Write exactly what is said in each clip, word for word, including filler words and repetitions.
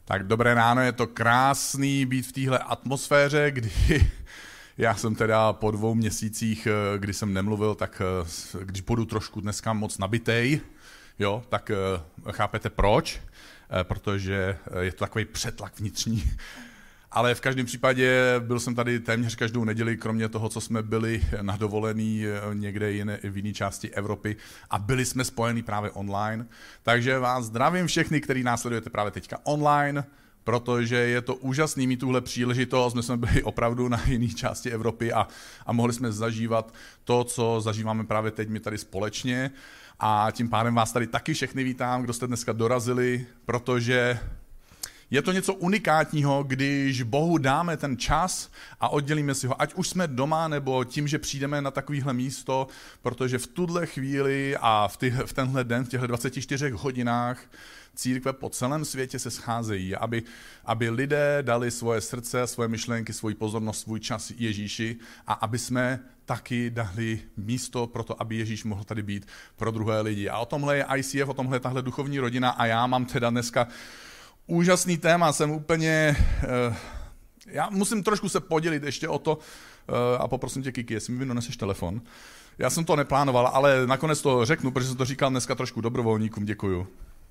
Tak dobré ráno, je to krásný být v téhle atmosféře, kdy já jsem teda po dvou měsících, kdy jsem nemluvil, tak když budu trošku dneska moc nabitej, jo, tak chápete proč, protože je to takový přetlak vnitřní. Ale v každém případě byl jsem tady téměř každou neděli, kromě toho, co jsme byli na dovolený někde jiné, v jiné části Evropy a byli jsme spojení právě online. Takže vás zdravím všechny, který následujete právě teďka online, protože je to úžasný mít tuhle příležitost. My jsme byli opravdu na jiné části Evropy a, a mohli jsme zažívat to, co zažíváme právě teď my tady společně. A tím pádem vás tady taky všechny vítám, kdo jste dneska dorazili, protože je to něco unikátního, když Bohu dáme ten čas a oddělíme si ho, ať už jsme doma, nebo tím, že přijdeme na takovéhle místo, protože v tuhle chvíli a v, ty, v tenhle den, v těchto dvaceti čtyřech hodinách církve po celém světě se scházejí, aby, aby lidé dali svoje srdce, svoje myšlenky, svoji pozornost, svůj čas Ježíši a aby jsme taky dali místo pro to, aby Ježíš mohl tady být pro druhé lidi. A o tomhle je I C F, o tomhle je tahle duchovní rodina a já mám teda dneska úžasný téma, jsem úplně, uh, já musím trošku se podělit ještě o to uh, a poprosím tě, Kiki, jestli mi doneseš telefon. Já jsem to neplánoval, ale nakonec to řeknu, protože jsem to říkal dneska trošku dobrovolníkům, děkuju.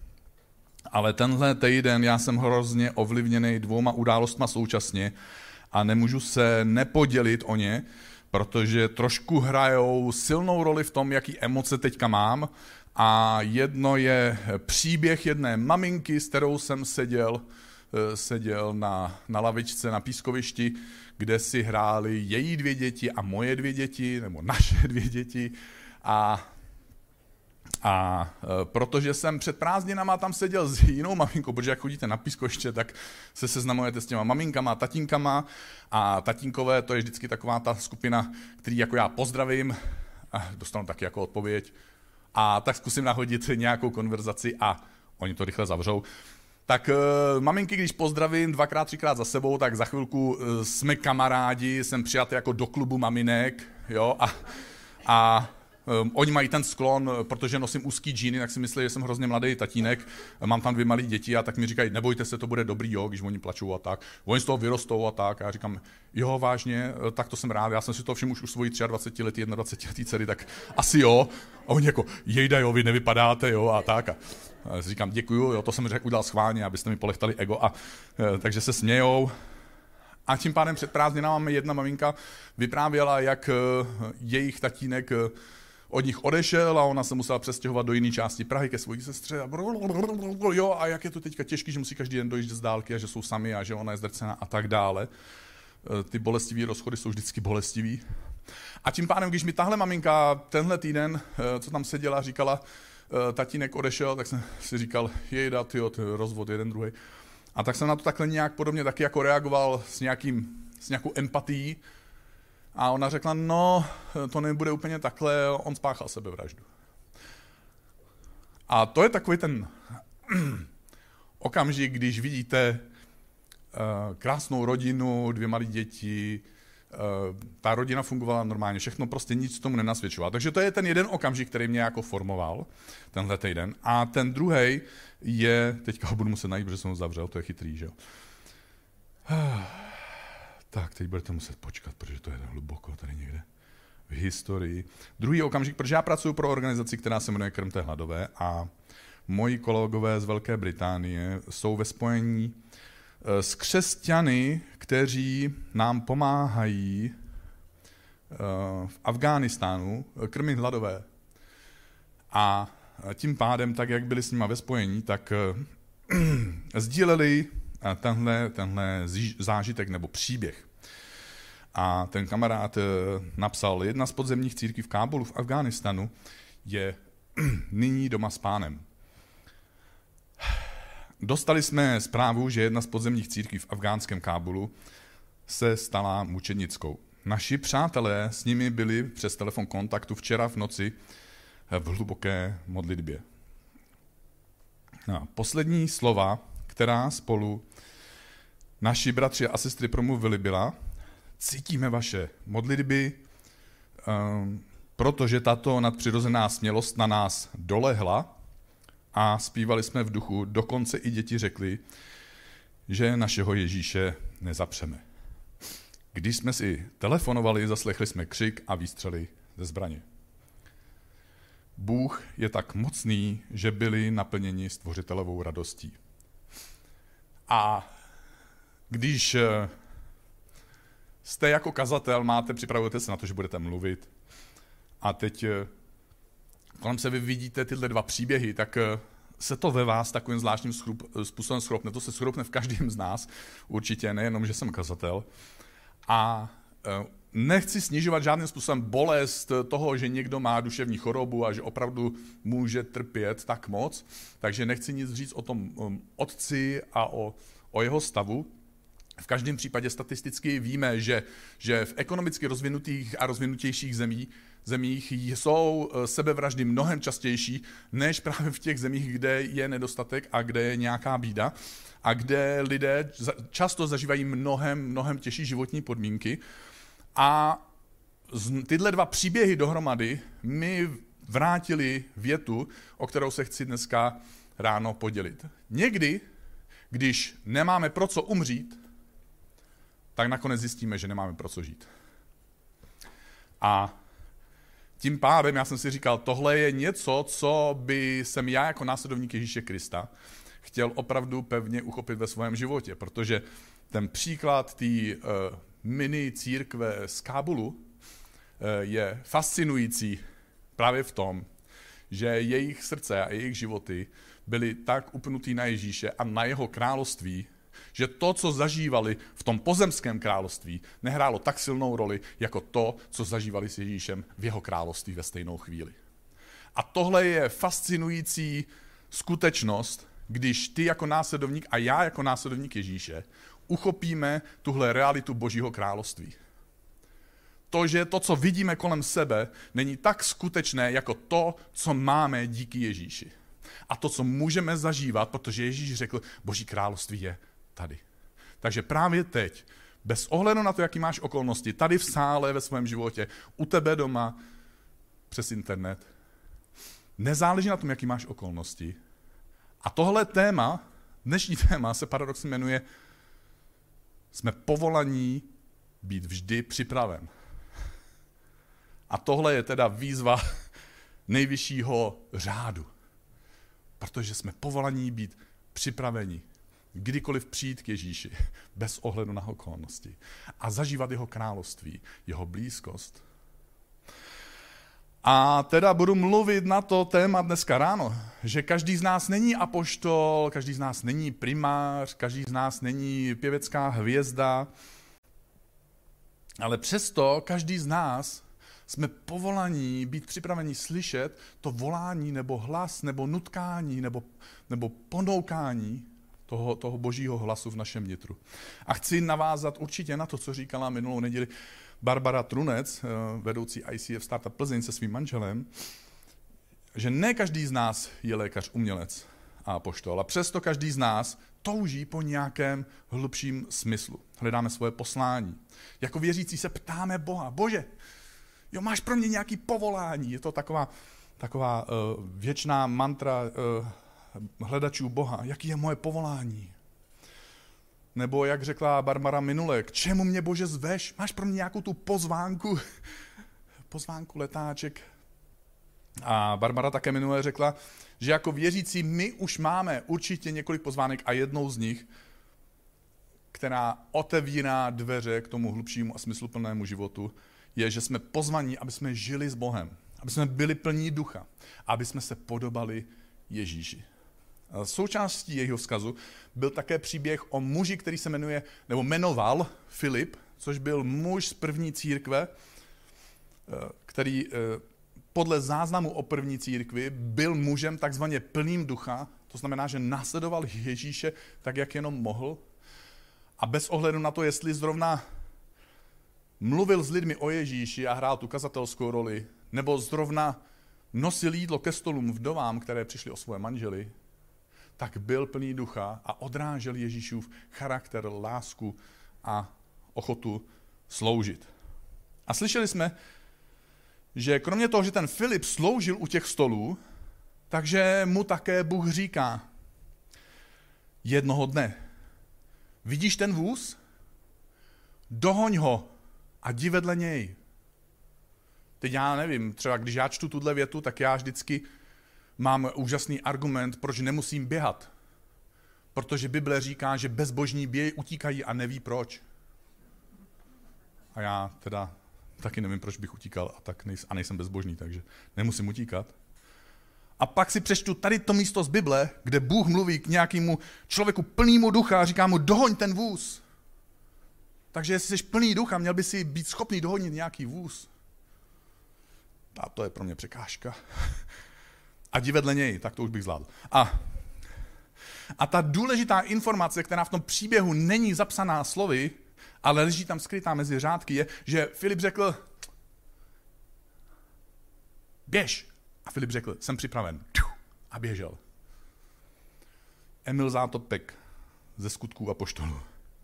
Ale tenhle týden já jsem hrozně ovlivněný dvouma událostma současně a nemůžu se nepodělit o ně, protože trošku hrajou silnou roli v tom, jaký emoce teďka mám. A jedno je příběh jedné maminky, s kterou jsem seděl, seděl na, na lavičce na pískovišti, kde si hrály její dvě děti a moje dvě děti, nebo naše dvě děti. A, a protože jsem před prázdninama tam seděl s jinou maminkou, protože jak chodíte na pískoviště, tak se seznamujete s těma maminkama a tatínkama. A tatínkové, to je vždycky taková ta skupina, který jako já pozdravím a dostanu taky jako odpověď. A tak zkusím nahodit nějakou konverzaci a oni to rychle zavřou. Tak uh, maminky, když pozdravím dvakrát, třikrát za sebou, tak za chvilku uh, jsme kamarádi, jsem přijatý jako do klubu maminek, jo, a, a um, oni mají ten sklon, protože nosím úzký džíny, tak si myslí, že jsem hrozně mladý tatínek, mám tam dvě malé děti a tak mi říkají, nebojte se, to bude dobrý, jo, když oni plačou a tak. Oni z toho vyrostou a tak a já říkám, jo, vážně, tak to jsem rád, já jsem si to všiml už u svojí dvacetiletí, jednadvacetiletý dcery, tak asi jo. A oni jako, jejda, jo, vy nevypadáte, jo, a tak. A říkám, děkuju, jo, to jsem řekl, udělal schválně, abyste mi polechtali ego. A takže se smějou. A tím pádem před prázdninami jedna maminka vyprávěla, jak jejich tatínek od nich odešel a ona se musela přestěhovat do jiné části Prahy ke své sestře. A, jo, a jak je to teďka těžký, že musí každý den dojít z dálky a že jsou sami a že ona je zdrcená a tak dále. Ty bolestivý rozchody jsou vždycky bolestivý. A tím pádem, když mi tahle maminka tenhle týden, co tam seděla, říkala, tatínek odešel, tak jsem si říkal, jejda, tyjo, ty rozvod, jeden, druhý. A tak jsem na to takhle nějak podobně taky jako reagoval s, nějakým, s nějakou empatií. A ona řekla, no, to nebude úplně takhle, on spáchal sebevraždu. A to je takový ten okamžik, když vidíte uh, krásnou rodinu, dvě malé děti, uh, ta rodina fungovala normálně, všechno prostě nic tomu nenasvědčovalo. Takže to je ten jeden okamžik, který mě jako formoval, tenhle týden. A ten druhý je, teďka ho budu muset najít, protože jsem ho zavřel, to je chytrý, že jo. Tak, teď budete muset počkat, protože to je hluboko tady někde v historii. Druhý okamžik, protože já pracuji pro organizaci, která se jmenuje Krmte hladové a moji kolegové z Velké Británie jsou ve spojení s křesťany, kteří nám pomáhají v Afghánistánu krmit hladové. A tím pádem, tak jak byli s nima ve spojení, tak sdíleli tenhle, tenhle zážitek nebo příběh. A ten kamarád napsal, jedna z podzemních církví v Kábulu v Afghánistánu je nyní doma s Pánem. Dostali jsme zprávu, že jedna z podzemních církví v afgánském Kábulu se stala mučenickou. Naši přátelé s nimi byli přes telefon kontaktu včera v noci v hluboké modlitbě. No, poslední slova, která spolu naši bratři a sestry promluvili, byla: cítíme vaše modlitby, um, protože tato nadpřirozená smělost na nás dolehla a zpívali jsme v duchu. Dokonce i děti řekli, že našeho Ježíše nezapřeme. Když jsme si telefonovali, zaslechli jsme křik a výstřely ze zbraně. Bůh je tak mocný, že byli naplněni stvořitelovou radostí. A když jste jako kazatel, máte, připravujete se na to, že budete mluvit a teď kolem sebe vidíte tyhle dva příběhy, tak se to ve vás takovým zvláštním schrup, způsobem schropne. To se schropne v každém z nás, určitě nejenom, že jsem kazatel. A nechci snižovat žádným způsobem bolest toho, že někdo má duševní chorobu a že opravdu může trpět tak moc, takže nechci nic říct o tom otci a o, o jeho stavu. V každém případě statisticky víme, že, že v ekonomicky rozvinutých a rozvinutějších zemí, zemích jsou sebevraždy mnohem častější, než právě v těch zemích, kde je nedostatek a kde je nějaká bída a kde lidé často zažívají mnohem, mnohem těžší životní podmínky. A tyhle dva příběhy dohromady mi vrátili větu, o kterou se chci dneska ráno podělit. Někdy, když nemáme pro co umřít, tak nakonec zjistíme, že nemáme pro co žít. A tím pádem já jsem si říkal, tohle je něco, co by jsem já jako následovník Ježíše Krista chtěl opravdu pevně uchopit ve svém životě, protože ten příklad té uh, mini církve z Kábulu uh, je fascinující právě v tom, že jejich srdce a jejich životy byly tak upnutý na Ježíše a na jeho království, že to, co zažívali v tom pozemském království, nehrálo tak silnou roli, jako to, co zažívali s Ježíšem v jeho království ve stejnou chvíli. A tohle je fascinující skutečnost, když ty jako následovník a já jako následovník Ježíše uchopíme tuhle realitu Božího království. To, že to, co vidíme kolem sebe, není tak skutečné, jako to, co máme díky Ježíši. A to, co můžeme zažívat, protože Ježíš řekl, Boží království je tady. Takže právě teď, bez ohledu na to, jaký máš okolnosti, tady v sále, ve svém životě, u tebe doma, přes internet, nezáleží na tom, jaký máš okolnosti. A tohle téma, dnešní téma se paradoxně jmenuje jsme povolaní být vždy připraven. A tohle je teda výzva nejvyššího řádu. Protože jsme povolaní být připraveni kdykoliv přijít k Ježíši, bez ohledu na okolnosti. A zažívat jeho království, jeho blízkost. A teda budu mluvit na to téma dneska ráno, že každý z nás není apoštol, každý z nás není primář, každý z nás není pěvecká hvězda, ale přesto každý z nás jsme povolaní být připraveni slyšet to volání nebo hlas nebo nutkání nebo, nebo ponoukání toho, toho božího hlasu v našem nitru. A chci navázat určitě na to, co říkala minulou neděli Barbara Trunec, vedoucí I C F Startup Plzeň se svým manželem, že ne každý z nás je lékař, umělec a apoštol. A přesto každý z nás touží po nějakém hlubším smyslu. Hledáme svoje poslání. Jako věřící se ptáme Boha, Bože, jo, máš pro mě nějaký povolání. Je to taková, taková uh, věčná mantra uh, hledačů Boha. Jaký je moje povolání? Nebo jak řekla Barbara minule, k čemu mě Bože zveš? Máš pro mě nějakou tu pozvánku? Pozvánku, letáček. A Barbara také minule řekla, že jako věřící my už máme určitě několik pozvánek a jednou z nich, která otevírá dveře k tomu hlubšímu a smysluplnému životu, je, že jsme pozvaní, aby jsme žili s Bohem, aby jsme byli plní ducha, aby jsme se podobali Ježíši. A součástí jejího vzkazu byl také příběh o muži, který se jmenuje, nebo jmenoval Filip, což byl muž z první církve, který podle záznamu o první církvi byl mužem takzvaně plným ducha, to znamená, že následoval Ježíše tak, jak jenom mohl. A bez ohledu na to, jestli zrovna mluvil s lidmi o Ježíši a hrál tu kazatelskou roli, nebo zrovna nosil jídlo ke stolům vdovám, které přišly o svoje manžely, tak byl plný ducha a odrážel Ježíšův charakter, lásku a ochotu sloužit. A slyšeli jsme, že kromě toho, že ten Filip sloužil u těch stolů, takže mu také Bůh říká jednoho dne, vidíš ten vůz? Dohoň ho a jdi vedle něj. Teď já nevím, třeba když já čtu tuhle větu, tak já vždycky mám úžasný argument, proč nemusím běhat. Protože Bible říká, že bezbožní bějí, utíkají a neví proč. A já teda taky nevím, proč bych utíkal a, tak nejsem, a nejsem bezbožný, takže nemusím utíkat. A pak si přečtu tady to místo z Bible, kde Bůh mluví k nějakému člověku plnému ducha a říká mu, dohoň ten vůz. Takže jestli jsi plný ducha, měl by si být schopný dohonit nějaký vůz. A to je pro mě překážka. A jdi vedle něj, tak to už bych zvládl. A, a ta důležitá informace, která v tom příběhu není zapsaná slovy, ale leží tam skrytá mezi řádky, je, že Filip řekl, běž. A Filip řekl, jsem připraven. A běžel. Emil Zátopek ze Skutků apoštolů.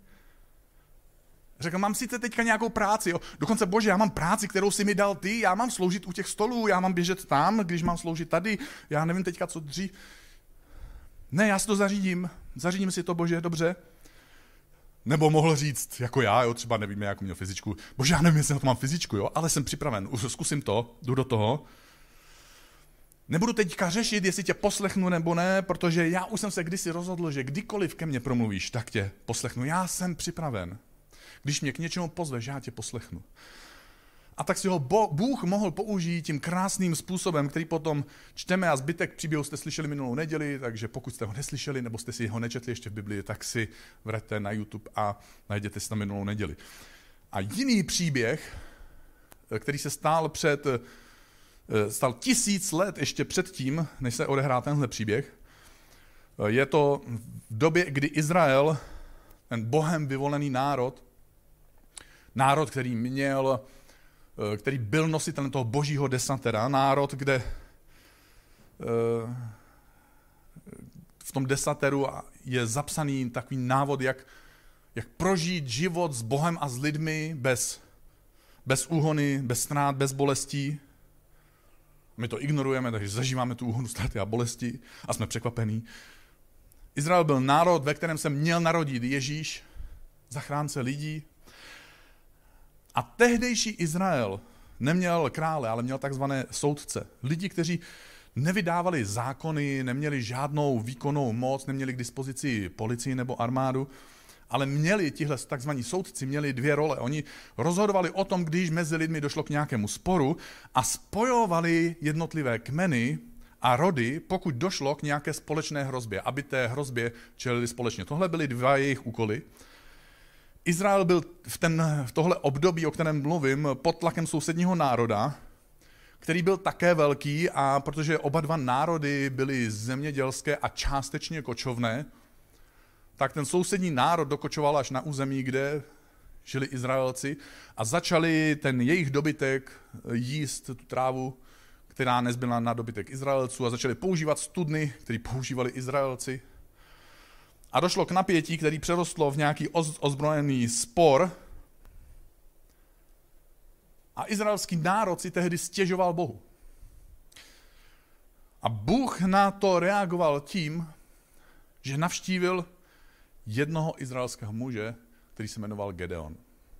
Řekl, mám sice teďka nějakou práci, jo. Dokonce, Bože, já mám práci, kterou jsi mi dal ty, já mám sloužit u těch stolů, já mám běžet tam, když mám sloužit tady, já nevím teďka, co dřív. Ne, já si to zařídím, zařídím si to, Bože, dobře. Nebo mohl říct, jako já, jo, třeba nevím, jak měl fyzičku. Bože, já nevím, jestli na to mám fyzičku, jo, ale jsem připraven, zkusím to, jdu do toho. Nebudu teďka řešit, jestli tě poslechnu nebo ne, protože já už jsem se kdysi rozhodl, že kdykoliv ke mně promluvíš, tak tě poslechnu. Já jsem připraven. Když mě k něčemu pozveš, já tě poslechnu. A tak si ho Bůh mohl použít tím krásným způsobem, který potom čteme a zbytek příběhu jste slyšeli minulou neděli, takže pokud jste ho neslyšeli nebo jste si ho nečetli ještě v Biblii, tak si vraťte na YouTube a najděte si tam minulou neděli. A jiný příběh, který se stál před, stal tisíc let ještě předtím, než se odehrál tenhle příběh, je to v době, kdy Izrael, ten Bohem vyvolený národ, národ, který měl, který byl nositelem toho božího desatera, národ, kde v tom desateru je zapsaný takový návod, jak, jak prožít život s Bohem a s lidmi bez, bez úhony, bez ztrát, bez bolestí. My to ignorujeme, takže zažíváme tu úhonu, ztráty a bolesti a jsme překvapení. Izrael byl národ, ve kterém se měl narodit Ježíš, zachránce lidí. A tehdejší Izrael neměl krále, ale měl takzvané soudce. Lidi, kteří nevydávali zákony, neměli žádnou výkonnou moc, neměli k dispozici policii nebo armádu, ale měli tihle takzvaní soudci, měli dvě role. Oni rozhodovali o tom, když mezi lidmi došlo k nějakému sporu a spojovali jednotlivé kmeny a rody, pokud došlo k nějaké společné hrozbě, aby té hrozbě čelili společně. Tohle byly dva jejich úkoly. Izrael byl v, ten, v tohle období, o kterém mluvím, pod tlakem sousedního národa, který byl také velký, a protože oba dva národy byly zemědělské a částečně kočovné, tak ten sousední národ dokočoval až na území, kde žili Izraelci a začali ten jejich dobytek jíst, tu trávu, která nezbyla na dobytek Izraelců, a začali používat studny, které používali Izraelci. A došlo k napětí, který přerostlo v nějaký ozbrojený spor. A izraelský národ si tehdy stěžoval Bohu. A Bůh na to reagoval tím, že navštívil jednoho izraelského muže, který se jmenoval Gedeon.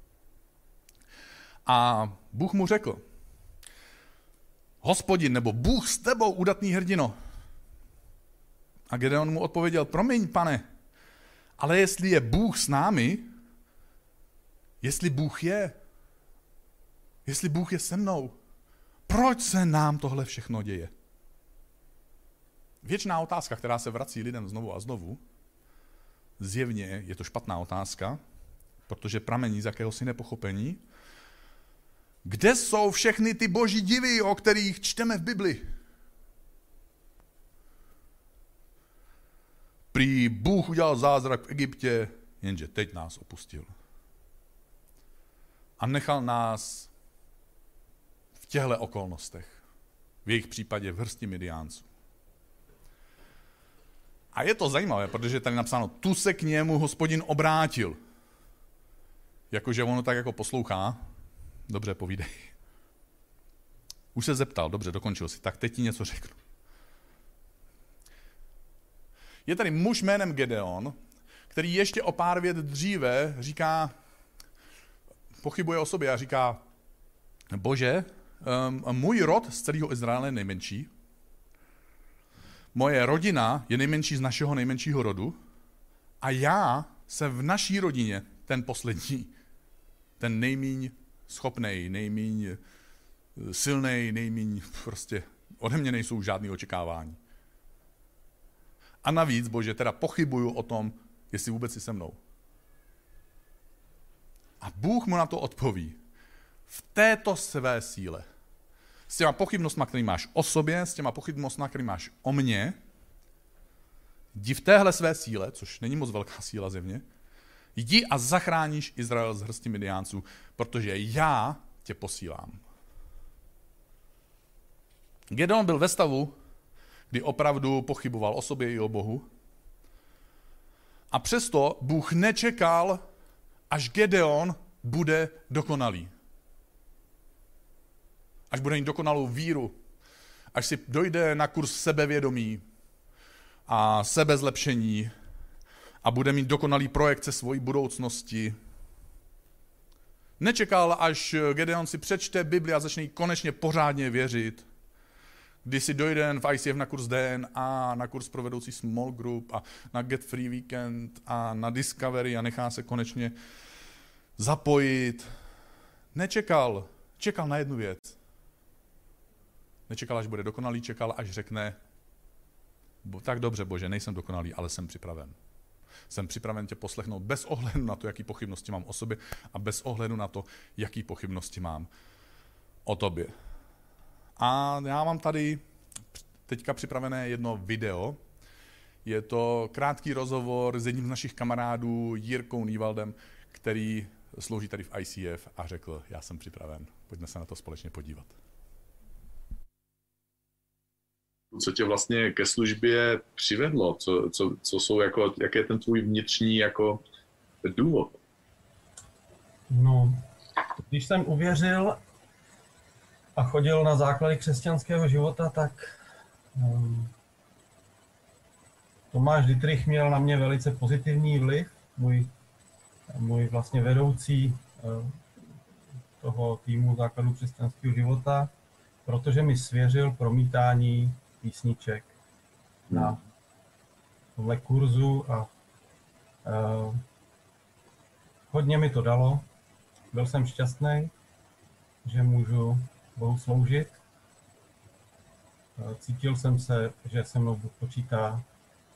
A Bůh mu řekl, Hospodin, nebo Bůh s tebou, udatný hrdino. A Gedeon mu odpověděl, promiň, pane, ale jestli je Bůh s námi, jestli Bůh je, jestli Bůh je se mnou, proč se nám tohle všechno děje? Věčná otázka, která se vrací lidem znovu a znovu, zjevně je to špatná otázka, protože pramení z jakéhosi nepochopení. Kde jsou všechny ty boží divy, o kterých čteme v Bibli? Prý Bůh udělal zázrak v Egyptě, jenže teď nás opustil. A nechal nás v těchto okolnostech, v jejich případě v hrsti Midiánců. A je to zajímavé, protože je tady napsáno, tu se k němu Hospodin obrátil. Jakože ono tak jako poslouchá. Dobře, povídej. Už se zeptal, dobře, dokončil si, tak teď ti něco řeknu. Je tady muž jménem Gedeon, který ještě o pár vět dříve říká, pochybuje o sobě a říká, Bože, um, můj rod z celého Izraele je nejmenší, moje rodina je nejmenší z našeho nejmenšího rodu a já jsem v naší rodině ten poslední, ten nejmíň schopnej, nejmíň silnej, nejmíň prostě ode mě nejsou žádný očekávání. A navíc, Bože, teda pochybuju o tom, jestli vůbec jsi se mnou. A Bůh mu na to odpoví. V této své síle. S těma pochybnostmi, který máš o sobě, s těma pochybnostmi, který máš o mně, jdi v téhle své síle, což není moc velká síla zjevně, jdi a zachráníš Izrael z hrsti Midiánců, protože já tě posílám. Gedeon byl ve stavu, kdy opravdu pochyboval o sobě i o Bohu. A přesto Bůh nečekal, až Gedeon bude dokonalý. Až bude mít dokonalou víru. Až si dojde na kurz sebevědomí a sebezlepšení a bude mít dokonalý projekce svojí budoucnosti. Nečekal, až Gedeon si přečte Bibli a začne jí konečně pořádně věřit. Když si dojde v I C F na kurz D N A, na kurz pro vedoucí small group a na Get Free Weekend a na Discovery a nechá se konečně zapojit. Nečekal. Čekal na jednu věc. Nečekal, až bude dokonalý, čekal, až řekne, tak dobře, Bože, nejsem dokonalý, ale jsem připraven. Jsem připraven tě poslechnout bez ohledu na to, jaký pochybnosti mám o sobě a bez ohledu na to, jaký pochybnosti mám o tobě. A já mám tady teďka připravené jedno video. Je to krátký rozhovor s jedním z našich kamarádů, Jirkou Nývaldem, který slouží tady v I C F a řekl, já jsem připraven. Pojďme se na to společně podívat. Co tě vlastně ke službě přivedlo? Co, co, co jsou jako, jaký je ten tvůj vnitřní jako důvod? No, když jsem uvěřil a chodil na základy křesťanského života, tak um, Tomáš Dittrich měl na mě velice pozitivní vliv, můj, můj vlastně vedoucí uh, toho týmu základu křesťanského života, protože mi svěřil promítání písniček na tomhle kurzu a uh, hodně mi to dalo. Byl jsem šťastný, že můžu Bohu sloužit. Uh, cítil jsem se, že se mnou Bůh počítá,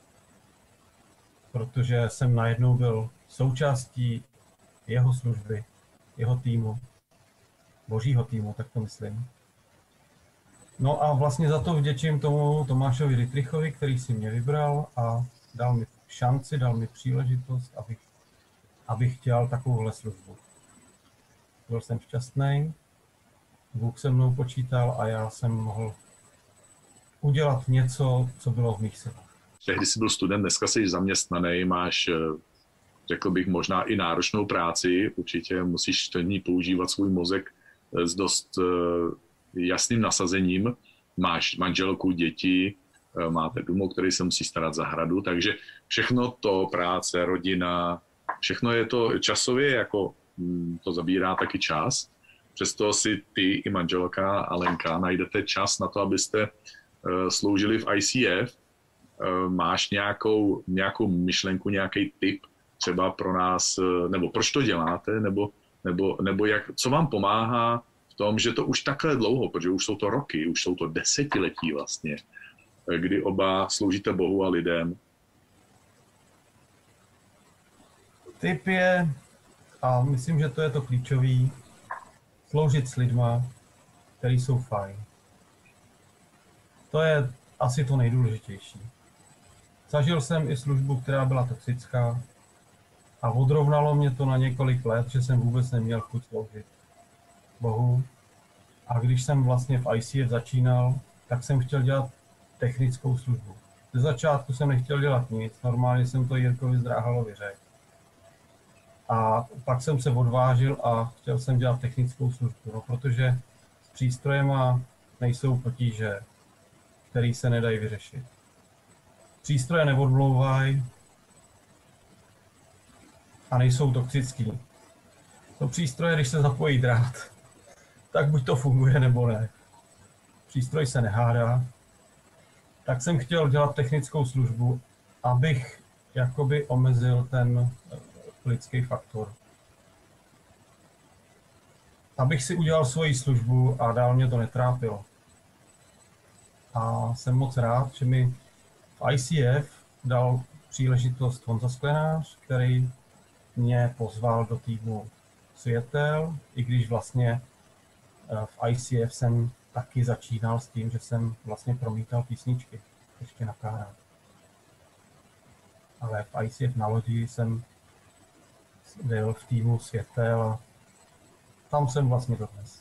protože jsem najednou byl součástí jeho služby, jeho týmu, božího týmu, tak to myslím. No a vlastně za to vděčím tomu Tomášovi Dittrichovi, který si mě vybral a dal mi šanci, dal mi příležitost, abych, abych chtěl takovouhle službu. Byl jsem šťastný, Bůh se mnou počítal a já jsem mohl udělat něco, co bylo v mých silách. Tehdy jsi byl student, dneska jsi zaměstnaný, máš, řekl bych, možná i náročnou práci, určitě musíš v ní používat svůj mozek s dost jasným nasazením, máš manželku, děti, máte dům, o který se musí starat zahradu, takže všechno to, práce, rodina, všechno je to časově, jako to zabírá taky čas. Přesto si ty i manželka Alenka najdete čas na to, abyste sloužili v I C F. Máš nějakou, nějakou myšlenku, nějaký tip třeba pro nás, nebo proč to děláte, nebo, nebo, nebo jak, co vám pomáhá v tom, že to už takhle dlouho, protože už jsou to roky, už jsou to desetiletí vlastně, kdy oba sloužíte Bohu a lidem. Tip je, a myslím, že to je to klíčový, sloužit s lidma, který jsou fajn. To je asi to nejdůležitější. Zažil jsem i službu, která byla toxická a odrovnalo mě to na několik let, že jsem vůbec neměl chuť sloužit Bohu. A když jsem vlastně v I C F začínal, tak jsem chtěl dělat technickou službu. Ze začátku jsem nechtěl dělat nic, normálně jsem to Jirkovi Zdráhalovi řekl. A pak jsem se odvážil a chtěl jsem dělat technickou službu, no, protože s přístrojema nejsou potíže, které se nedají vyřešit. Přístroje neodmlouvají, a nejsou toxický. To přístroje, když se zapojí drát, tak buď to funguje, nebo ne. Přístroj se nehádá. Tak jsem chtěl dělat technickou službu, abych jakoby omezil ten lidský faktor. Abych si udělal svoji službu a dál mě to netrápilo. A jsem moc rád, že mi v I C F dal příležitost Honza Sklenář, který mě pozval do týmu Světel, i když vlastně v I C F jsem taky začínal s tím, že jsem vlastně promítal písničky ještě na kárách. Ale v I C F na lodi jsem byl v týmu Světel a tam jsem vlastně dodnes.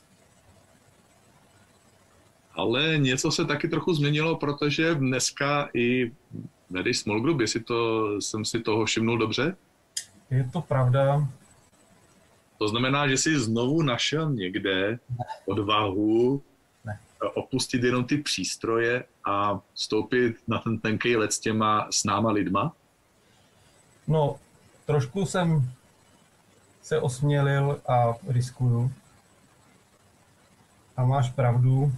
Ale něco se taky trochu změnilo, protože dneska i Very Small Group, jestli to, jsem si toho všimnul dobře? Je to pravda. To znamená, že jsi znovu našel někde ne. odvahu ne. opustit jenom ty přístroje a vstoupit na ten tenkej let s těma s náma lidma? No, trošku jsem se osmělil a riskuju. A máš pravdu.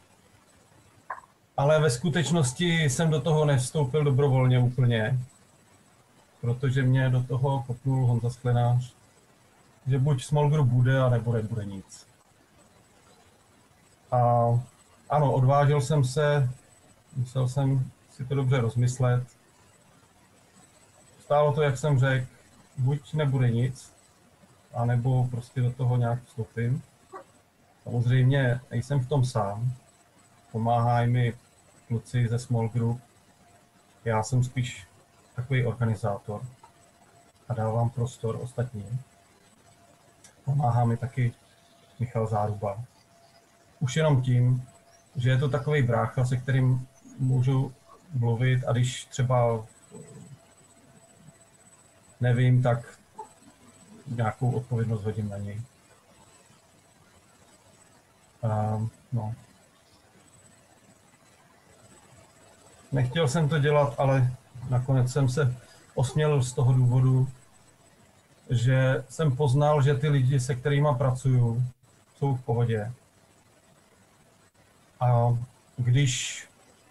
Ale ve skutečnosti jsem do toho nevstoupil dobrovolně úplně. Protože mě do toho kopnul Honza Sklenář, že buď Small Group bude, a nebo nebude nic. A ano, odvážil jsem se, musel jsem si to dobře rozmyslet. Stálo to, jak jsem řekl, buď nebude nic, anebo prostě do toho nějak vstoupím. Samozřejmě nejsem v tom sám. Pomáhají mi kluci ze Small Group. Já jsem spíš takový organizátor a dávám prostor ostatním. Pomáhá mi taky Michal Záruba. Už jenom tím, že je to takový brácha, se kterým můžu mluvit a když třeba nevím, tak nějakou odpovědnost hodím na něj. Um, no. Nechtěl jsem to dělat, ale nakonec jsem se osmělil z toho důvodu, že jsem poznal, že ty lidi, se kterými pracuju, jsou v pohodě. A když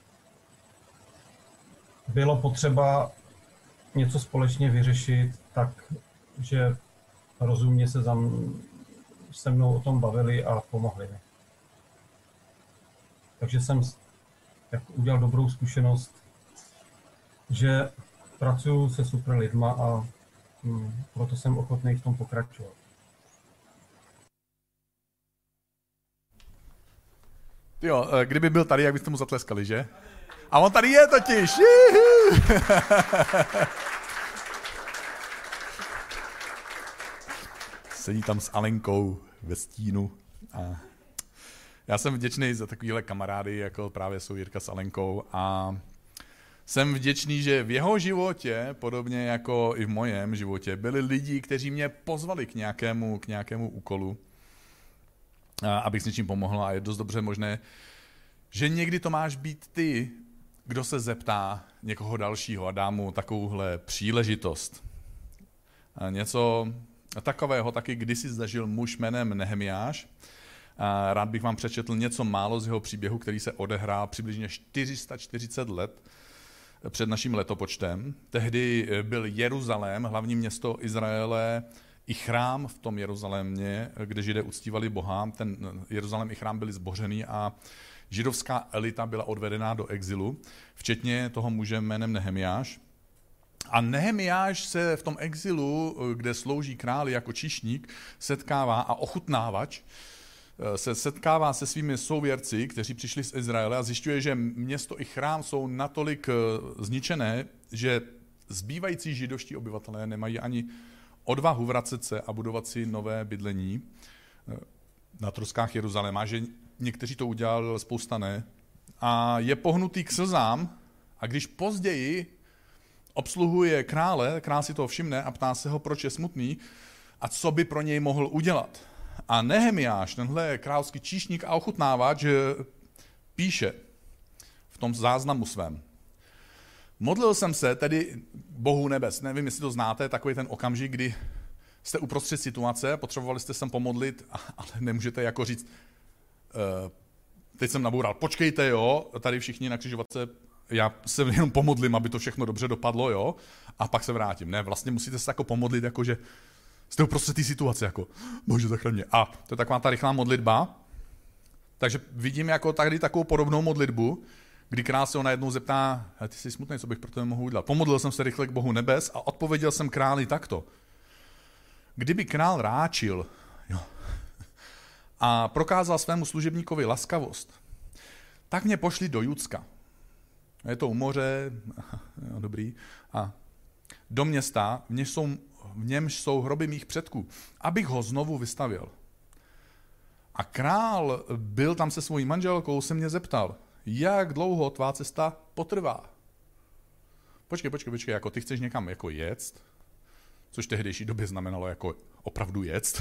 bylo potřeba něco společně vyřešit, tak že rozumně se za se mnou o tom bavili a pomohli mi. Takže jsem tak udělal dobrou zkušenost, že pracuji se super lidma a hm, proto jsem ochotný v tom pokračovat. Jo, kdyby byl tady, jak byste mu zatleskali, že? A on tady je totiž! Sedí tam s Alenkou ve stínu. A já jsem vděčný za takovýhle kamarády, jako právě jsou Jirka s Alenkou. A jsem vděčný, že v jeho životě, podobně jako i v mojím životě, byli lidi, kteří mě pozvali k nějakému, k nějakému úkolu, abych s něčím pomohl. A je dost dobře možné, že někdy to máš být ty, kdo se zeptá někoho dalšího a dá mu takovouhle příležitost. A něco takového taky kdysi zažil muž jménem Nehemiáš. A rád bych vám přečetl něco málo z jeho příběhu, který se odehrál přibližně čtyři sta čtyřicet let před naším letopočtem. Tehdy byl Jeruzalém, hlavní město Izraele, i chrám v tom Jeruzalémě, kde Židé uctívali Boha. Ten Jeruzalém i chrám byly zbořený a židovská elita byla odvedená do exilu, včetně toho muže jménem Nehemiáš. A Nehemiáš se v tom exilu, kde slouží králi jako číšník, setkává a ochutnávač, se setkává se svými souvěrci, kteří přišli z Izraele a zjišťuje, že město i chrám jsou natolik zničené, že zbývající židovští obyvatelé nemají ani odvahu vracet se a budovat si nové bydlení na troskách Jeruzaléma, že někteří to udělali, spousta ne. A je pohnutý k slzám a když později obsluhuje krále, král si toho všimne a ptá se ho, proč je smutný a co by pro něj mohl udělat. A Nehemiáš, tenhle královský číšník a ochutnávač, píše v tom záznamu svém. Modlil jsem se tedy Bohu nebes. Nevím, jestli to znáte, takový ten okamžik, kdy jste uprostřed situace, potřebovali jste se pomodlit, ale nemůžete jako říct, uh, teď jsem naboural, počkejte, jo, tady všichni na křižovatce, já se jenom pomodlím, aby to všechno dobře dopadlo, jo, a pak se vrátím. Ne, vlastně musíte se jako pomodlit, jako že jste uprostřed té situace, jako, bože, zachraň mě. A to je taková ta rychlá modlitba. Takže vidím jako tady takovou podobnou modlitbu, kdy král se ho najednou zeptá, ty jsi smutný, co bych pro tebe mohl udělat. Pomodlil jsem se rychle k Bohu nebes a odpověděl jsem králi takto. Kdyby král ráčil, jo, a prokázal svému služebníkovi laskavost, tak mě pošli do Judska. Je to u moře, jo, dobrý, a do města, v němž jsou, v němž jsou hroby mých předků, abych ho znovu vystavěl. A král byl tam se svojí manželkou, se mě zeptal, jak dlouho tvá cesta potrvá. Počkej, počkej, počkej, jako ty chceš někam jako jet, což v tehdejší době znamenalo jako opravdu jet.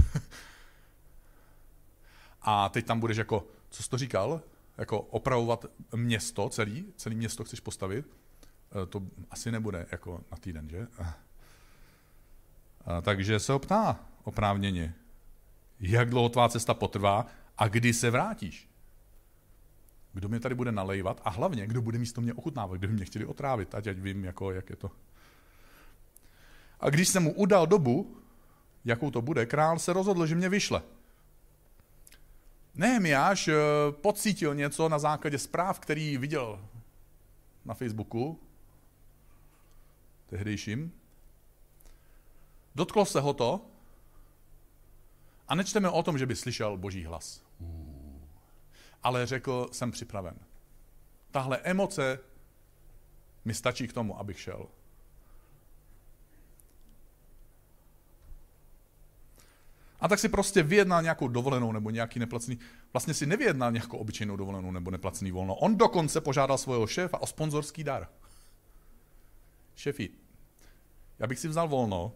A teď tam budeš jako, co jsi to říkal? Jako opravovat město celý, celý město chceš postavit? To asi nebude jako na týden, že? A takže se ho ptá oprávněně, jak dlouho tvá cesta potrvá a kdy se vrátíš? Kdo mě tady bude nalejvat a hlavně, kdo bude místo mě ochutnávat, kdo by mě chtěli otrávit, ať ať vím, jako, jak je to. A když jsem mu udal dobu, jakou to bude, král se rozhodl, že mě vyšle. Nehemiáš pocítil něco na základě zpráv, který viděl na Facebooku, tehdejším. Dotklo se ho to a nečteme o tom, že by slyšel Boží hlas. Ale řekl, jsem připraven. Tahle emoce mi stačí k tomu, abych šel. A tak si prostě vyjednal nějakou dovolenou nebo nějaký neplacený, vlastně si nevyjednal nějakou obyčejnou dovolenou nebo neplacený volno. On dokonce požádal svého šéfa o sponzorský dar. Šéfi, já bych si vzal volno,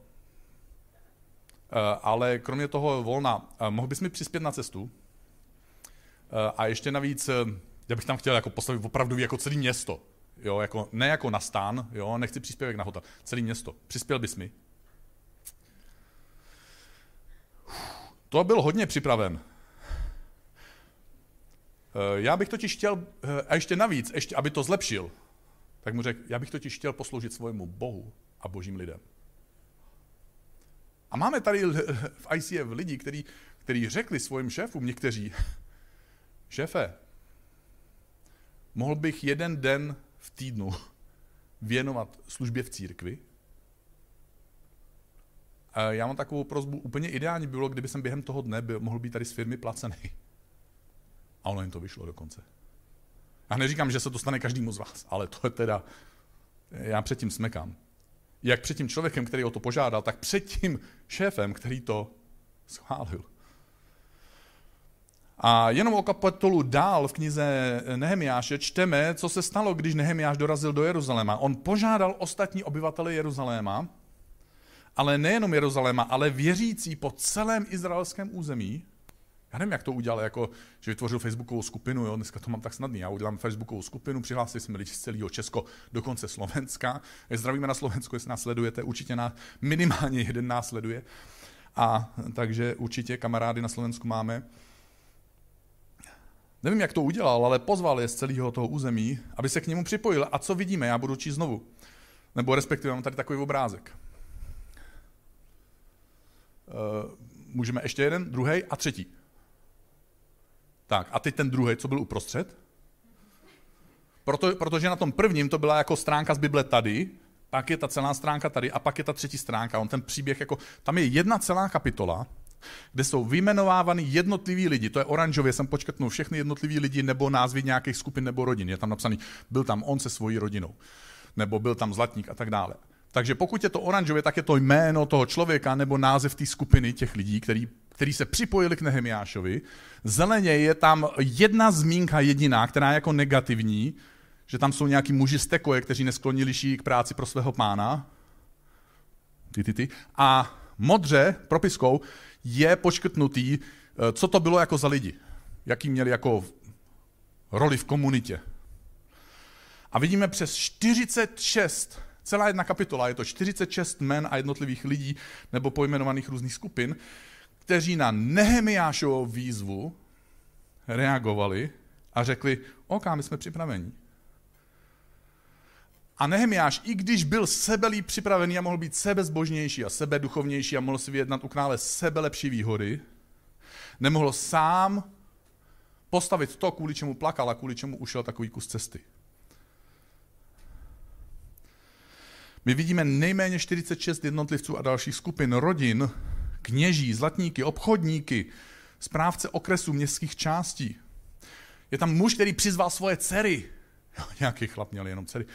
ale kromě toho volna, mohl bys mi přispět na cestu? A ještě navíc, já bych tam chtěl jako postavit opravdu jako celé město. Jo, jako, ne jako na stán, jo, nechci příspěvek na hotel, celé město. Přispěl bys mi? To byl hodně připraven. Já bych totiž chtěl, a ještě navíc, ještě, aby to zlepšil, tak mu řekl, já bych totiž chtěl posloužit svému Bohu a božím lidem. A máme tady v I C F lidi, kteří, kteří řekli svým šéfům, někteří, šéfe, mohl bych jeden den v týdnu věnovat službě v církvi? A já mám takovou prosbu, úplně ideální by bylo, kdyby jsem během toho dne byl, mohl být tady z firmy placený. A ono jim to vyšlo dokonce. Já neříkám, že se to stane každému z vás, ale to je teda, já předtím smekám. Jak před tím člověkem, který o to požádal, tak před tím šéfem, který to schválil. A jenom o kapitolu dál v knize Nehemiáše čteme, co se stalo, když Nehemiáš dorazil do Jeruzaléma. On požádal ostatní obyvatele Jeruzaléma, ale nejenom Jeruzaléma, ale věřící po celém izraelském území. Já nevím, jak to udělal, jako, že vytvořil facebookovou skupinu, jo, dneska to mám tak snadný, já udělám facebookovou skupinu, přihlásili jsme lidi z celého Česko, dokonce Slovenska. Zdravíme na Slovensku, jestli nás sledujete, určitě nás, minimálně jeden nás sleduje. A takže určitě kamarády na Slovensku máme. Nevím, jak to udělal, ale pozval je z celého toho území, aby se k němu připojil. A co vidíme? Já budu číst znovu. Nebo respektive mám tady takový obrázek. Uh, můžeme ještě jeden, druhý a třetí. Tak, a teď ten druhý, co byl uprostřed. Proto, protože na tom prvním to byla jako stránka z Bible tady, pak je ta celá stránka tady a pak je ta třetí stránka. On ten příběh jako, tam je jedna celá kapitola, kde jsou vyjmenovávaný jednotliví lidi, to je oranžově, jsem počkrtnul všechny jednotliví lidi nebo názvy nějakých skupin nebo rodin. Je tam napsaný, byl tam on se svojí rodinou, nebo byl tam zlatník a tak dále. Takže pokud je to oranžově, tak je to jméno toho člověka nebo název té skupiny těch lidí, který, který se připojili k Nehemiášovi. Zeleně je tam jedna zmínka jediná, která je jako negativní, že tam jsou nějaký muži z Tekoje, kteří nesklonili ší k práci pro svého pána. Ty, ty, ty. A modře, propiskou, je počkrtnutý, co to bylo jako za lidi. Jaký měli jako roli v komunitě. A vidíme přes čtyřicet šest, celá jedna kapitola, je to čtyřicet šest jmen a jednotlivých lidí, nebo pojmenovaných různých skupin, kteří na Nehemiášovu výzvu reagovali a řekli, OK, my jsme připraveni. A Nehemiáš, i když byl sebelíp připravený a mohl být sebezbožnější a sebeduchovnější a mohl si vyjednat u krále sebelepší výhody, nemohl sám postavit to, kvůli čemu plakal a kvůli čemu ušel takový kus cesty. My vidíme nejméně čtyřicet šest jednotlivců a dalších skupin, rodin, kněží, zlatníky, obchodníky, správce okresu městských částí. Je tam muž, který přizval svoje dcery. Nějaký chlap měl jenom dcery.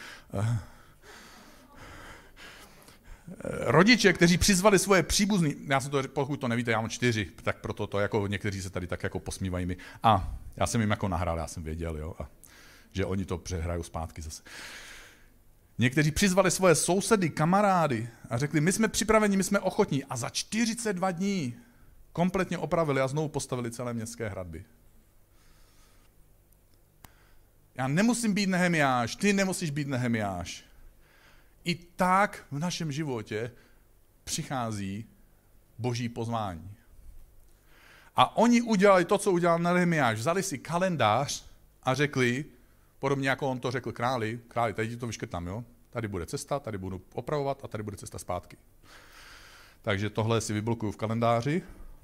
Rodiče, kteří přizvali svoje příbuzný, já jsem to, pokud to nevíte, já mám čtyři, tak proto to, jako někteří se tady tak jako posmívají mi. A já jsem jim jako nahrál, já jsem věděl, jo, a že oni to přehrajou zpátky zase. Někteří přizvali svoje sousedy, kamarády a řekli, my jsme připraveni, my jsme ochotní. A za čtyřicet dva dní kompletně opravili a znovu postavili celé městské hradby. Já nemusím být Nehemiáš, ty nemusíš být Nehemiáš. I tak v našem životě přichází boží pozvání. A oni udělali to, co udělal Nehemiáš. Vzali si kalendář a řekli, podobně jako on to řekl králi, králi, tady ti to vyškrtám, jo? Tady bude cesta, tady budu opravovat a tady bude cesta zpátky. Takže tohle si vyblokuju v kalendáři.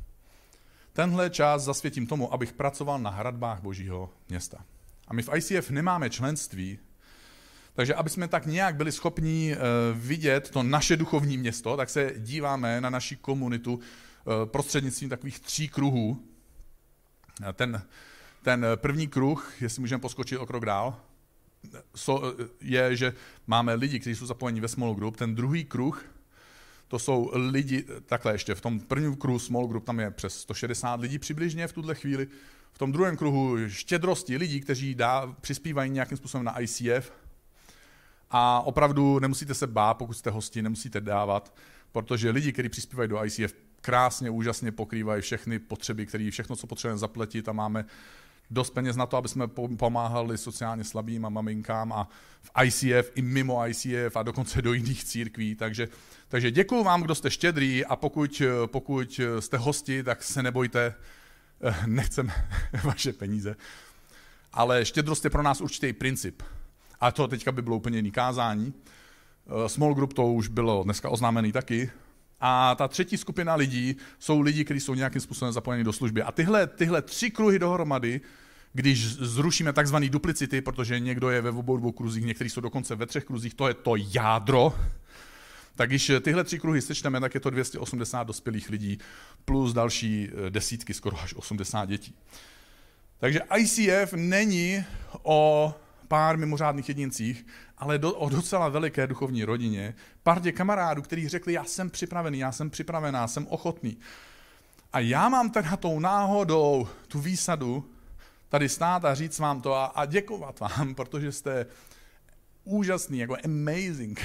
Tenhle čas zasvětím tomu, abych pracoval na hradbách božího města. A my v I C F nemáme členství, takže aby jsme tak nějak byli schopni vidět to naše duchovní město, tak se díváme na naši komunitu prostřednictvím takových tří kruhů. Ten, ten první kruh, jestli můžeme poskočit o krok dál, je, že máme lidi, kteří jsou zapojeni ve small group. Ten druhý kruh, to jsou lidi, takhle ještě, v tom prvním kruhu small group tam je přes sto šedesát lidí přibližně v tuhle chvíli. V tom druhém kruhu štědrosti lidí, kteří dá, přispívají nějakým způsobem na I C F. A opravdu nemusíte se bát, pokud jste hosti, nemusíte dávat, protože lidi, kteří přispívají do I C F, krásně, úžasně pokrývají všechny potřeby, které všechno, co potřebujeme zaplatit, a máme dost peněz na to, aby jsme pomáhali sociálně slabým a maminkám a v I C F i mimo I C F a dokonce do jiných církví. Takže, takže děkuju vám, kdo jste štědrý, a pokud, pokud jste hosti, tak se nebojte, nechceme vaše peníze. Ale štědrost je pro nás určitý princip. A to teďka by bylo úplně jiný kázání. Small group to už bylo dneska oznámený taky. A ta třetí skupina lidí jsou lidi, kteří jsou nějakým způsobem zapojeni do služby. A tyhle, tyhle tři kruhy dohromady, když zrušíme takzvaný duplicity, protože někdo je ve obou dvou kruzích, někteří jsou dokonce ve třech kruzích, to je to jádro, tak když tyhle tři kruhy sečteme, tak je to dvě stě osmdesát dospělých lidí plus další desítky, skoro až osmdesát dětí. Takže I C F není o pár mimořádných jedincích, ale do, o docela veliké duchovní rodině, partě kamarádů, kteří řekli, já jsem připravený, já jsem připravená, jsem ochotný. A já mám teda tou náhodou tu výsadu tady stát a říct vám to a, a děkovat vám, protože jste úžasný, jako amazing.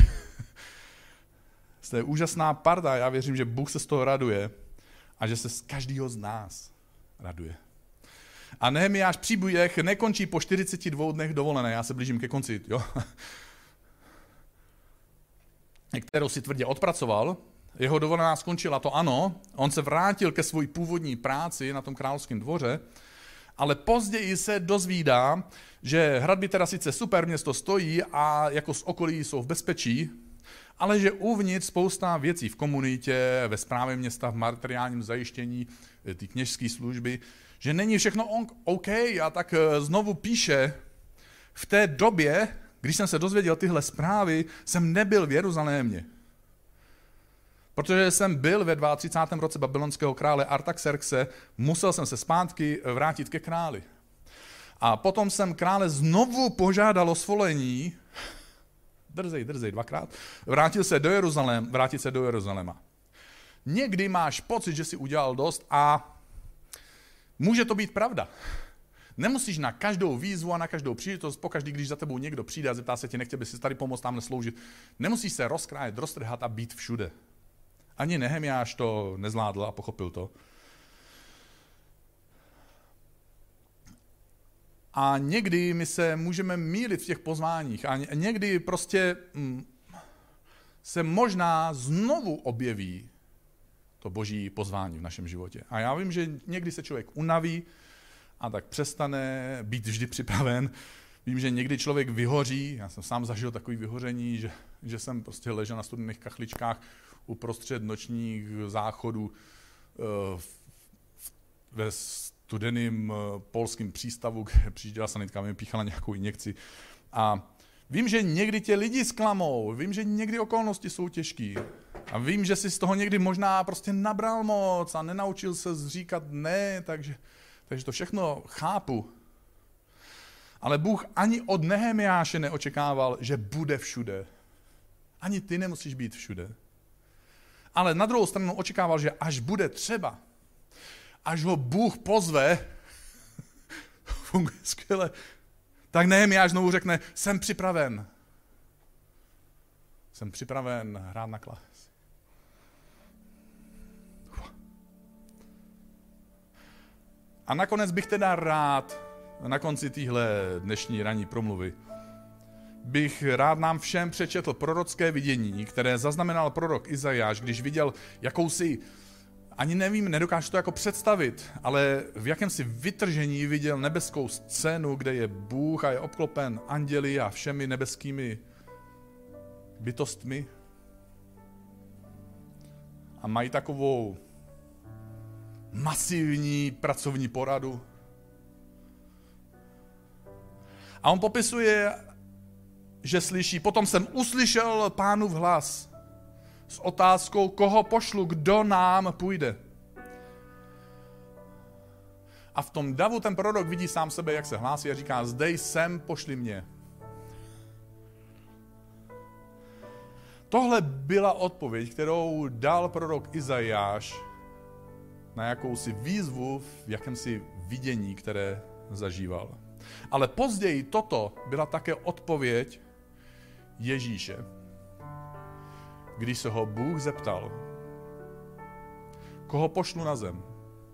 Jste úžasná parta, já věřím, že Bůh se z toho raduje a že se z každého z nás raduje. A Nehemiáš příběh nekončí po čtyřiceti dvou dnech dovolené, já se blížím ke konci, jo? Kterou si tvrdě odpracoval. Jeho dovolená skončila, to ano, on se vrátil ke své původní práci na tom královském dvoře, ale později se dozvídá, že hradby teda sice super, město stojí a jako z okolí jsou v bezpečí, ale že uvnitř spousta věcí v komunitě, ve správě města, v materiálním zajištění, ty kněžské služby, že není všechno OK, a tak znovu píše, v té době, když jsem se dozvěděl tyhle zprávy, jsem nebyl v Jeruzalémě. Protože jsem byl ve třicátém druhém roce babylonského krále Artaxerxe, musel jsem se zpátky vrátit ke králi. A potom jsem krále znovu požádal o svolení, drzej, drzej, dvakrát, vrátil se do Jeruzalém, vrátit se do Jeruzaléma. Někdy máš pocit, že jsi udělal dost a může to být pravda. Nemusíš na každou výzvu a na každou příležitost, pokaždý, když za tebou někdo přijde a zeptá se tě, nechtěl by si tady pomoct tamhle sloužit, nemusíš se rozkrájet, roztrhat a být všude. Ani Nehemiáš to nezvládl a pochopil to. A někdy my se můžeme mýlit v těch pozváních a někdy prostě mm, se možná znovu objeví to boží pozvání v našem životě. A já vím, že někdy se člověk unaví a tak přestane být vždy připraven. Vím, že někdy člověk vyhoří, já jsem sám zažil takový vyhoření, že, že jsem prostě ležel na studených kachličkách uprostřed nočních záchodů uh, ve studeném uh, polském přístavu, kde přijížděla sanitka, mi píchala nějakou injekci. A vím, že někdy tě lidi zklamou, vím, že někdy okolnosti jsou těžké. A vím, že jsi z toho někdy možná prostě nabral moc a nenaučil se říkat ne, takže, takže to všechno chápu. Ale Bůh ani od Nehemiáše neočekával, že bude všude. Ani ty nemusíš být všude. Ale na druhou stranu očekával, že až bude třeba, až ho Bůh pozve, funguje skvěle, tak Nehemiáš znovu řekne, jsem připraven. Jsem připraven hrát na klávesi. A nakonec bych teda rád, na konci téhle dnešní ranní promluvy, bych rád nám všem přečetl prorocké vidění, které zaznamenal prorok Izajáš, když viděl jakousi, ani nevím, nedokážu to jako představit, ale v jakémsi vytržení viděl nebeskou scénu, kde je Bůh a je obklopen anděli a všemi nebeskými bytostmi. A mají takovou masivní pracovní poradu. A on popisuje, že slyší, potom jsem uslyšel Pánův hlas s otázkou, koho pošlu, kdo nám půjde. A v tom davu ten prorok vidí sám sebe, jak se hlásí a říká, zde jsem, pošli mě. Tohle byla odpověď, kterou dal prorok Izajáš na jakousi výzvu v jakémsi vidění, které zažíval. Ale později toto byla také odpověď Ježíše, když se ho Bůh zeptal, koho pošlu na zem,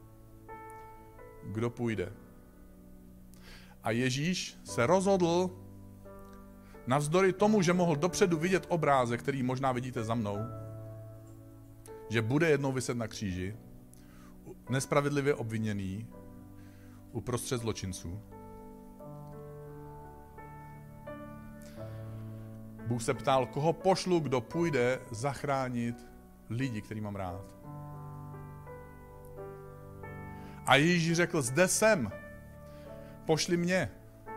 kdo půjde. A Ježíš se rozhodl, navzdory tomu, že mohl dopředu vidět obrázek, který možná vidíte za mnou, že bude jednou viset na kříži, nespravedlivě obviněný, uprostřed zločinců. Bůh se ptal, koho pošlu, kdo půjde zachránit lidi, který mám rád. A Ježíš řekl, zde jsem, pošli mě.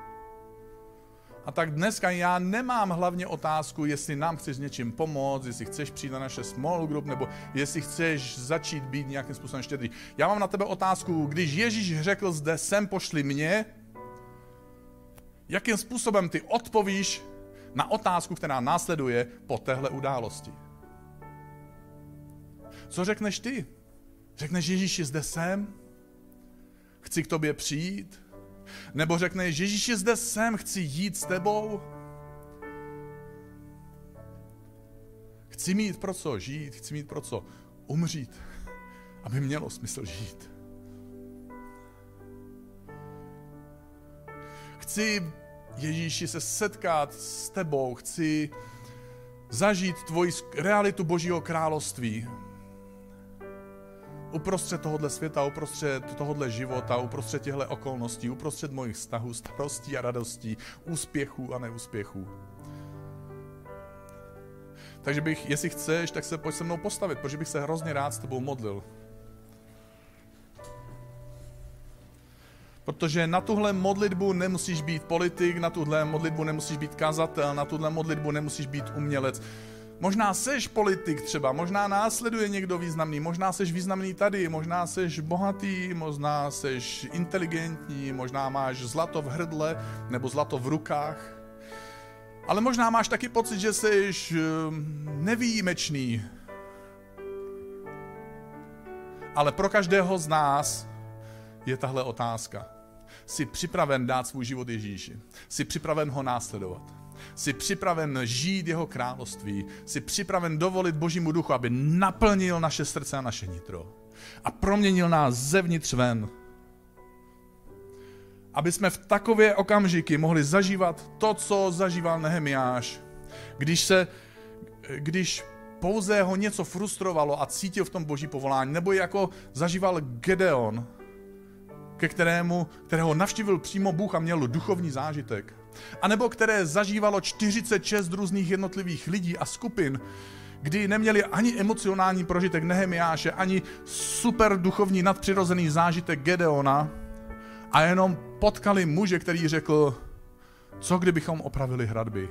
A tak dneska já nemám hlavně otázku, jestli nám chceš s něčím pomoct, jestli chceš přijít na naše small group, nebo jestli chceš začít být nějakým způsobem štědrý. Já mám na tebe otázku, když Ježíš řekl, zde jsem, pošli mě, jakým způsobem ty odpovíš na otázku, která následuje po téhle události. Co řekneš ty? Řekneš, Ježíši, zde jsem? Chci k tobě přijít? Nebo řekneš, Ježíši, zde jsem, chci jít s tebou? Chci mít pro co žít, chci mít pro co umřít, aby mělo smysl žít. Chci, Ježíši, se setkat s tebou, chci zažít tvoji realitu Božího království. Uprostřed tohohle světa, uprostřed tohohle života, uprostřed těchto okolností, uprostřed mojich vztahů, starostí a radostí, úspěchů a neúspěchů. Takže bych, jestli chceš, tak se pojď se mnou postavit, protože bych se hrozně rád s tebou modlil. Protože na tuhle modlitbu nemusíš být politik, na tuhle modlitbu nemusíš být kazatel, na tuhle modlitbu nemusíš být umělec. Možná seš politik třeba, možná následuje někdo významný, možná seš významný tady, možná seš bohatý, možná seš inteligentní, možná máš zlato v hrdle nebo zlato v rukách. Ale možná máš taky pocit, že seš nevýjimečný. Ale pro každého z nás je tahle otázka. Jsi připraven dát svůj život Ježíši? Jsi připraven ho následovat? Jsi připraven žít jeho království? Jsi připraven dovolit Božímu duchu, aby naplnil naše srdce a naše nitro? A proměnil nás zevnitř ven? aby jsme v takové okamžiky mohli zažívat to, co zažíval Nehemiáš. Když se, když pouze ho něco frustrovalo a cítil v tom boží povolání, nebo jako zažíval Gedeon, ke kterému, kterého navštívil přímo Bůh a měl duchovní zážitek. A nebo které zažívalo čtyřicet šest různých jednotlivých lidí a skupin, kdy neměli ani emocionální prožitek Nehemiáše, ani super duchovní nadpřirozený zážitek Gedeona a jenom potkali muže, který řekl, co kdybychom opravili hradby.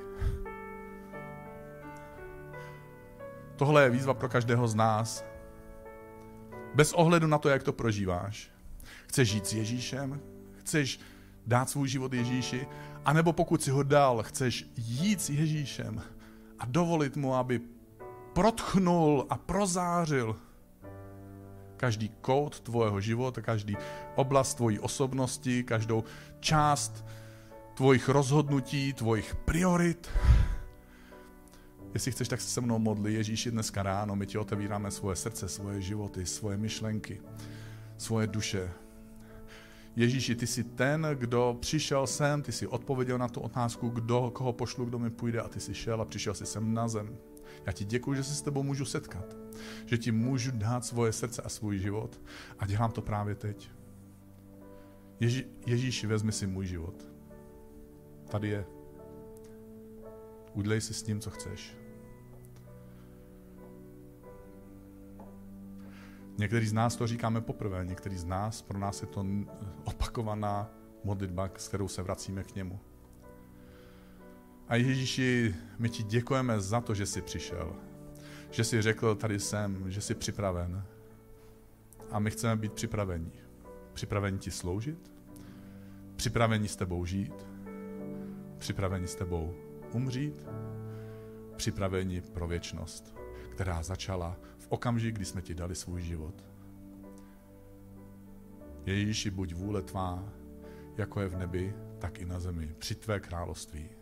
Tohle je výzva pro každého z nás. Bez ohledu na to, jak to prožíváš. Chceš žít s Ježíšem? Chceš dát svůj život Ježíši? A nebo pokud si ho dal, chceš jít s Ježíšem a dovolit mu, aby protchnul a prozářil každý kout tvojho života, každý oblast tvojí osobnosti, každou část tvojich rozhodnutí, tvojich priorit. Jestli chceš, tak se se mnou modli. Ježíši, dneska ráno my ti otevíráme svoje srdce, svoje životy, svoje myšlenky, svoje duše. Ježíši, ty jsi ten, kdo přišel sem, ty jsi odpověděl na tu otázku, kdo, koho pošlu, kdo mi půjde, a ty jsi šel a přišel jsi sem na zem. Já ti děkuji, že se s tebou můžu setkat, že ti můžu dát svoje srdce a svůj život a dělám to právě teď. Ježí, Ježíši, vezmi si můj život. Tady je. Udělej si s ním, co chceš. Někteří z nás to říkáme poprvé, někteří z nás, pro nás je to opakovaná modlitba, s kterou se vracíme k němu. A Ježíši, my ti děkujeme za to, že jsi přišel, že jsi řekl, tady jsem, že jsi připraven. A my chceme být připraveni. Připraveni ti sloužit, připraveni s tebou žít, připraveni s tebou umřít, připraveni pro věčnost, která začala v okamžik, kdy jsme ti dali svůj život. Ježíši, buď vůle tvá, jako je v nebi, tak i na zemi. Přijď tvé království.